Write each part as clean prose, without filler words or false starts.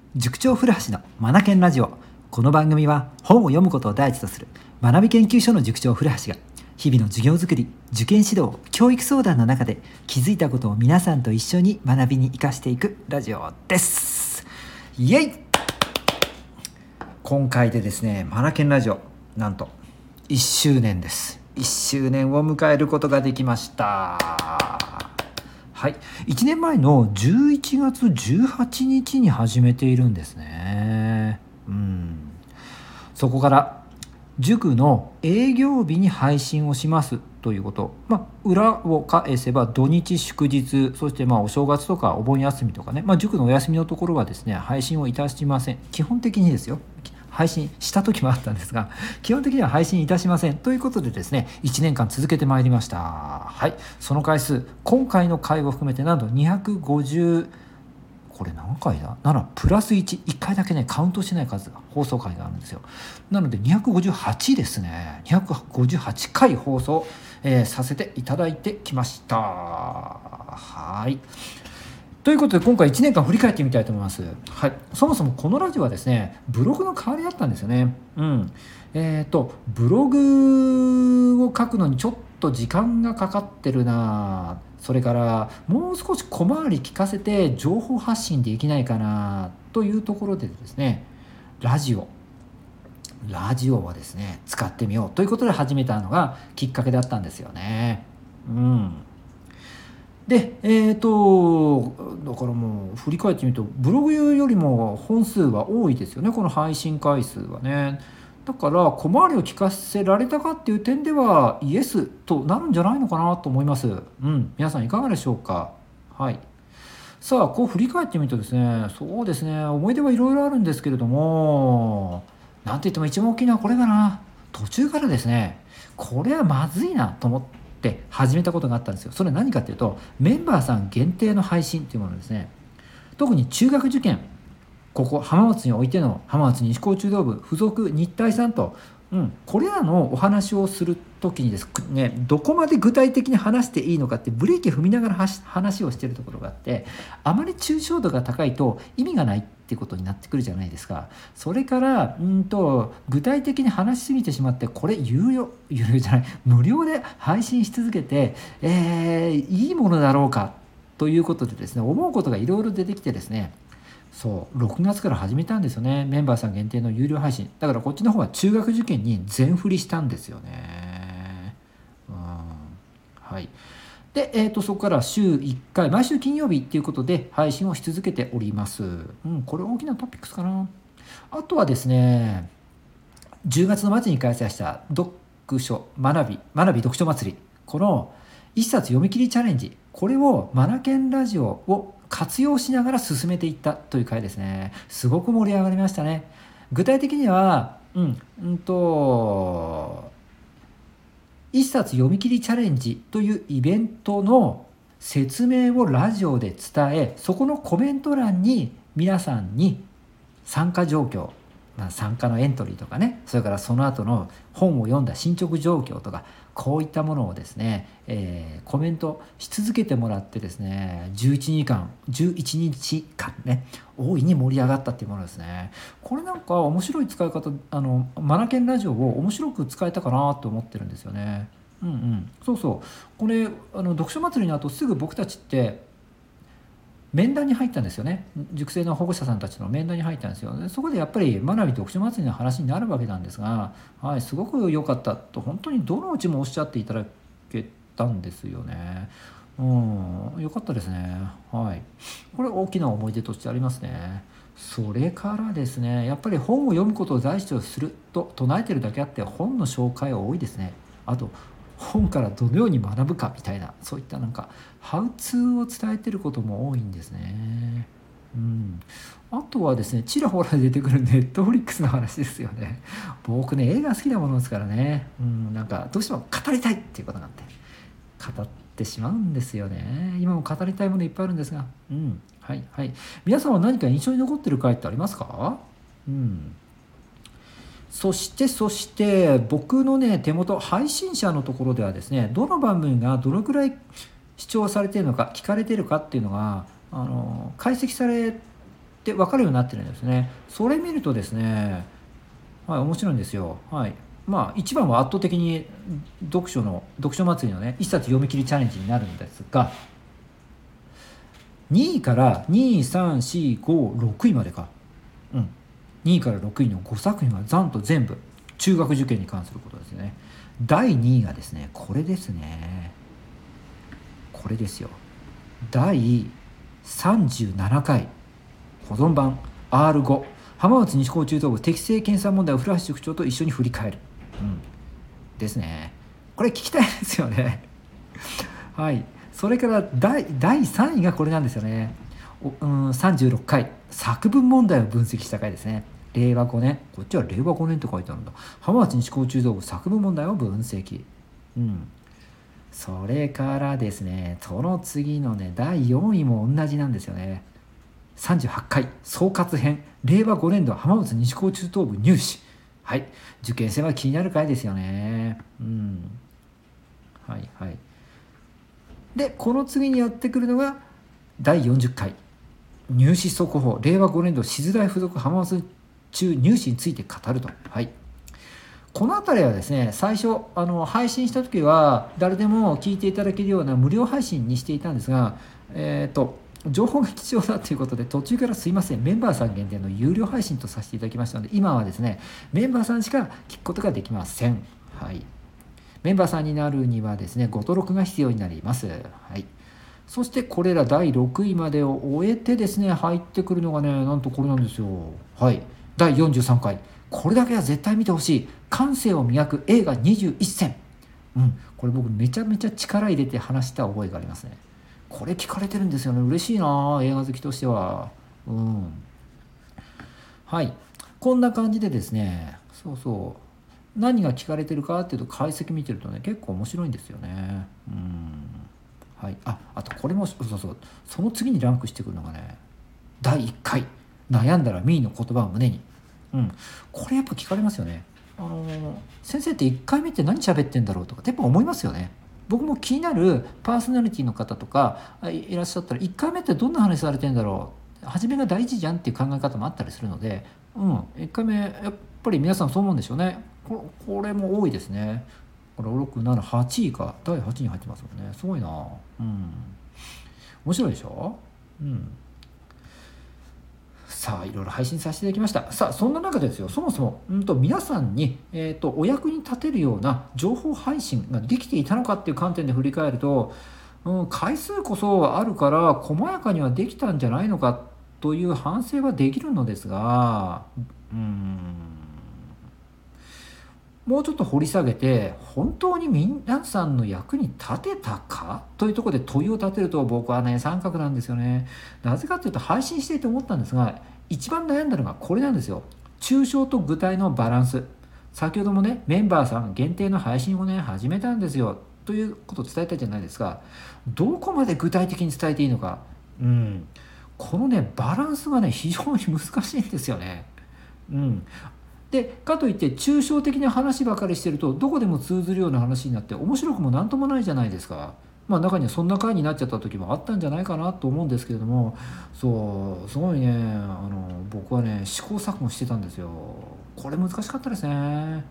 塾長古橋のマナケンラジオ。この番組は本を読むことを第一とする学び研究所の塾長古橋が日々の授業づくり、受験指導、教育相談の中で気づいたことを皆さんと一緒に学びに生かしていくラジオです。イエイ。今回でですね、マナケンラジオなんと1周年です。1周年を迎えることができました。はい、1年前の11月18日に始めているんですね。そこから塾の営業日に配信をしますということ、裏を返せば土日祝日、そしてお正月とかお盆休みとかね、塾のお休みのところはですね、配信をいたしません。基本的にですよ。配信した時もあったんですが、基本的には配信いたしませんということでですね、1年間続けてまいりました。はい、その回数、今回の回を含めてなんと250、これ何回だならプラス1回だけねカウントしない数放送回があるんですよ。なので258ですね。258回放送、させていただいてきました。はい、ということで今回1年間振り返ってみたいと思います。はい、そもそもこのラジオはですね、ブログの代わりだったんですよね。ブログを書くのにちょっと時間がかかってるな、それからもう少し小回り聞かせて情報発信できないかなというところでですね、ラジオをですね使ってみようということで始めたのがきっかけだったんですよね。で、だからもう振り返ってみるとブログよりも本数は多いですよね、この配信回数はね。だから小回りを聞かせられたかっていう点ではイエスとなるんじゃないのかなと思います。皆さんいかがでしょうか。はい、さあこう振り返ってみるとですね、そうですね、思い出はいろいろあるんですけれども、なんて言っても一番大きいのはこれかな。途中からですね、これはまずいなと思って始めたことがあったんですよ。それは何かっていうと、メンバーさん限定の配信っていうものですね。特に中学受験、ここ浜松においての浜松西高中等部附属日大さんと、これらのお話をするときにですね、どこまで具体的に話していいのかってブレーキ踏みながら話をしているところがあって、あまり抽象度が高いと意味がないっていうことになってくるじゃないですか。それから具体的に話しすぎてしまって、これ有料じゃない、無料で配信し続けて、いいものだろうかということでですね、思うことがいろいろ出てきてですね、そう6月から始めたんですよね、メンバーさん限定の有料配信。だからこっちの方は中学受験に全振りしたんですよね。はい。で、そこから週1回毎週金曜日っていうことで配信をし続けております。これ大きなトピックスかな。あとはですね、10月の末に開催した学び読書祭り、この一冊読み切りチャレンジ、これをマナケンラジオを活用しながら進めていったという回ですね。すごく盛り上がりましたね。具体的には一冊読み切りチャレンジというイベントの説明をラジオで伝え、そこのコメント欄に皆さんに参加状況、参加のエントリーとかね、それからその後の本を読んだ進捗状況とか、こういったものをですね、コメントし続けてもらってですね、11日間ね、大いに盛り上がったっていうものですね。これなんか面白い使い方、マナケンラジオを面白く使えたかなと思ってるんですよね。そうそう、これ読書祭りの後すぐ僕たちって面談に入ったんですよね。塾生の保護者さんたちの面談に入ったんですよ。でそこでやっぱり学び読書祭りの話になるわけなんですが、すごく良かったと本当にどのうちもおっしゃっていただけたんですよね。良かったですね。これ大きな思い出としてありますね。それからですね、やっぱり本を読むことを第一とすると唱えてるだけあって、本の紹介は多いですね。あと本からどのように学ぶかみたいな、そういったハウツーを伝えてることも多いんですね。あとはですね、ちらほら出てくるネットフリックスの話ですよね。僕ね、映画好きなものですからね、どうしても語りたいっていうことがあって語ってしまうんですよね。今も語りたいものいっぱいあるんですが、皆さんは何か印象に残ってる回ってありますか？そして僕のね手元配信者のところではですね、どの番組がどのくらい視聴されているのか聞かれているかっていうのが解析されで分かるようになってるんですね。それ見るとですね、はい、面白いんですよ。はい。まあ一番は圧倒的に読書祭りのね一冊読み切りチャレンジになるんですが、2位から23456位までか、2位から6位の5作品はざんと全部中学受験に関することですね。第2位がですねこれですね。これですよ。第37回保存版 R5 浜松西高中等部適正検査問題を古橋塾長と一緒に振り返る、ですね。これ聞きたいですよねはい。それから第3位がこれなんですよね。36回作文問題を分析した回ですね。令和5年、こっちは令和5年って書いてあるんだ。浜松西高中等部作文問題を分析。それからですね、その次のね、第4位も同じなんですよね。38回総括編、令和5年度浜松西高中等部入試。はい。受験生は気になる回ですよね。はいはい。で、この次にやってくるのが第40回入試速報、令和5年度静大附属浜松中入試について語ると。はい。この辺りはですね、最初配信した時は誰でも聞いていただけるような無料配信にしていたんですが、情報が必要だということで途中からすいません、メンバーさん限定の有料配信とさせていただきましたので、今はですねメンバーさんしか聞くことができません。はい。メンバーさんになるにはですねご登録が必要になります。はい。そしてこれら第6位までを終えてですね入ってくるのがね、なんとこれなんですよ。はい。第43回これだけは絶対見てほしい感性を磨く映画21選。これ僕めちゃめちゃ力入れて話した覚えがありますね。これ聞かれてるんですよね。嬉しいな、映画好きとしては。はい。こんな感じでですね、何が聞かれてるかっていうと解析見てるとね結構面白いんですよね。はい。あとこれもその次にランクしてくるのがね、第1回悩んだらミーの言葉を胸に。これやっぱ聞かれますよね。先生って1回目って何喋ってんだろうとかやっぱ思いますよね。僕も気になるパーソナリティの方とかいらっしゃったら1回目ってどんな話されてんだろう、初めが大事じゃんっていう考え方もあったりするので、1回目やっぱり皆さんそう思うんでしょうね。これも多いですね。これ6、7、8位か第8位に入ってますもんね。すごいな。面白いでしょ。さあいろいろ配信させていただきました。さあそんな中でですよ、そもそも皆さんに、お役に立てるような情報配信ができていたのかっていう観点で振り返ると、回数こそあるから細やかにはできたんじゃないのかという反省はできるのですが、もうちょっと掘り下げて本当に皆さんの役に立てたかというところで問いを立てると僕はね三角なんですよね。なぜかというと配信していて思ったんですが、一番悩んだのがこれなんですよ。抽象と具体のバランス。先ほどもねメンバーさん限定の配信をね始めたんですよということを伝えたじゃないですか。どこまで具体的に伝えていいのか、このねバランスがね非常に難しいんですよね。でかといって抽象的な話ばかりしてるとどこでも通ずるような話になって面白くもなんともないじゃないですか。中にはそんな回になっちゃった時もあったんじゃないかなと思うんですけれども、すごいね僕はね試行錯誤してたんですよ。これ難しかったですね。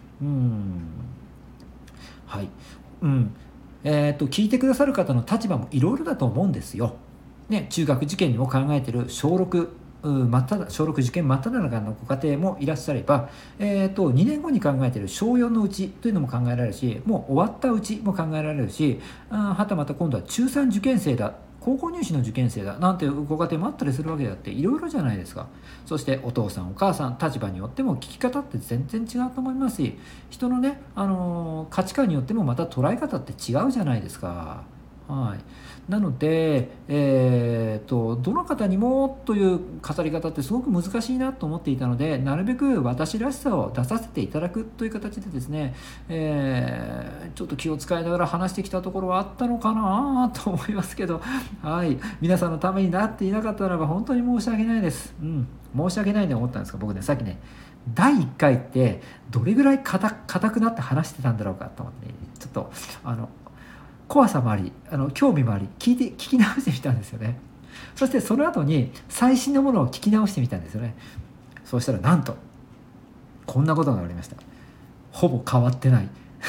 はい。聞いてくださる方の立場もいろいろだと思うんですよ。中学受験にも考えてる小6小6受験真っ只中のご家庭もいらっしゃれば、2年後に考えている小4のうちというのも考えられるし、もう終わったうちも考えられるし、はたまた今度は中3受験生だ、高校入試の受験生だなんていうご家庭もあったりするわけであっていろいろじゃないですか。そしてお父さんお母さん立場によっても聞き方って全然違うと思いますし、人のね、価値観によってもまた捉え方って違うじゃないですか。はい。なので、どの方にもという語り方ってすごく難しいなと思っていたので、なるべく私らしさを出させていただくという形でですね、ちょっと気を使いながら話してきたところはあったのかなと思いますけど、はい、皆さんのためになっていなかったならば本当に申し訳ないです。申し訳ないと思ったんですが、僕ねさっきね第1回ってどれぐらい硬くなって話してたんだろうかと思って、ね、ちょっと怖さもあり興味もあり聞き直してみたんですよね。 そしてその後に最新のものを聞き直してみたんですよね。そうしたらなんとこんなことがありました。ほぼ変わってない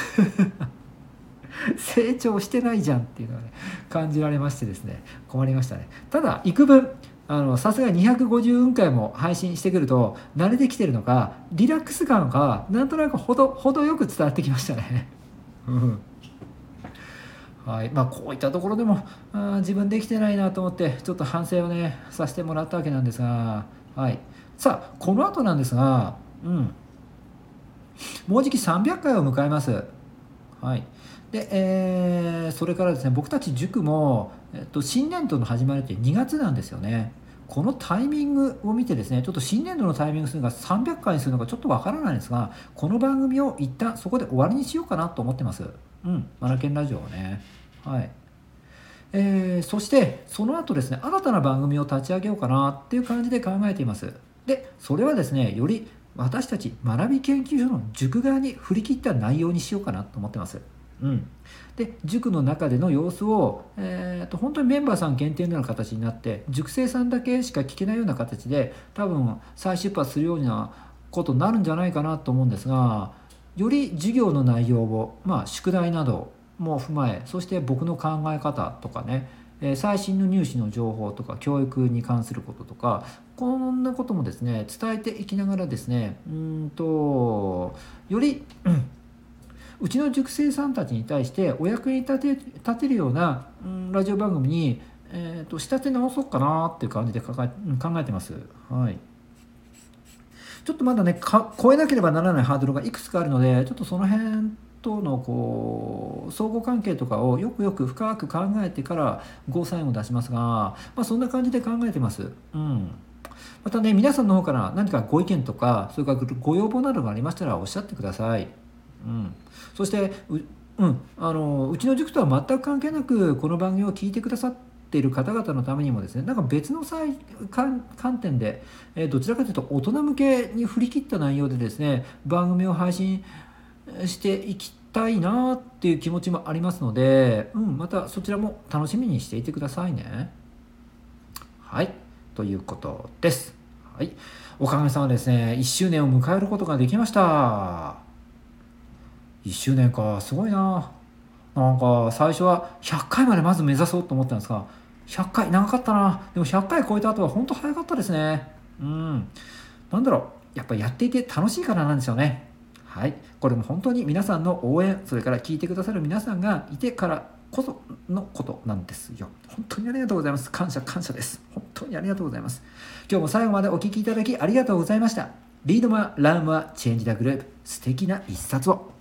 成長してないじゃんっていうのがね感じられましてですね、困りましたね。ただ幾分さすがに250回も配信してくると慣れてきてるのか、リラックス感がなんとなくほどよく伝わってきましたねはい、こういったところでも自分できてないなと思ってちょっと反省をねさせてもらったわけなんですが、はい、さあこの後なんですが、もうじき300回を迎えます。はい。で、それからですね、僕たち塾も、新年度の始まりって2月なんですよね。このタイミングを見てですね、ちょっと新年度のタイミングするのが300回にするのかちょっとわからないんですが、この番組を一旦そこで終わりにしようかなと思ってます。マナケンラジオをね。はい。そしてその後ですね、新たな番組を立ち上げようかなっていう感じで考えています。で、それはですね、より私たち学び研究所の塾側に振り切った内容にしようかなと思ってます。で塾の中での様子を、本当にメンバーさん限定のような形になって塾生さんだけしか聞けないような形で多分再出発するようなことになるんじゃないかなと思うんですが、より授業の内容を、宿題なども踏まえ、そして僕の考え方とかね、最新の入試の情報とか教育に関することとかこんなこともですね伝えていきながらですね、より、うちの塾生さんたちに対してお役に立てるような、ラジオ番組に、仕立て直そうかなっていう感じで考えてます。はい。ちょっとまだね超えなければならないハードルがいくつかあるので、ちょっとその辺との相互関係とかをよく深く考えてからゴーサインを出しますが、そんな感じで考えてます。またね皆さんの方から何かご意見とかそれからご要望などがありましたらおっしゃってください。そしてうちの塾とは全く関係なくこの番組を聞いてくださっている方々のためにもですね、なんか別の観点で、どちらかというと大人向けに振り切った内容でですね番組を配信していきたいなっていう気持ちもありますので、またそちらも楽しみにしていてくださいね。はい、ということです。はい、おかげさまでですね1周年を迎えることができました。1周年か、すごいな。なんか最初は100回までまず目指そうと思ったんですが、100回長かったな。でも100回超えた後は本当早かったですね。なんだろう、やっぱりやっていて楽しいからなんですよね。はい、これも本当に皆さんの応援、それから聞いてくださる皆さんがいてからこそのことなんですよ。本当にありがとうございます。感謝です。本当にありがとうございます。今日も最後までお聞きいただきありがとうございました。リードマーランはチェンジダグループ、素敵な一冊を。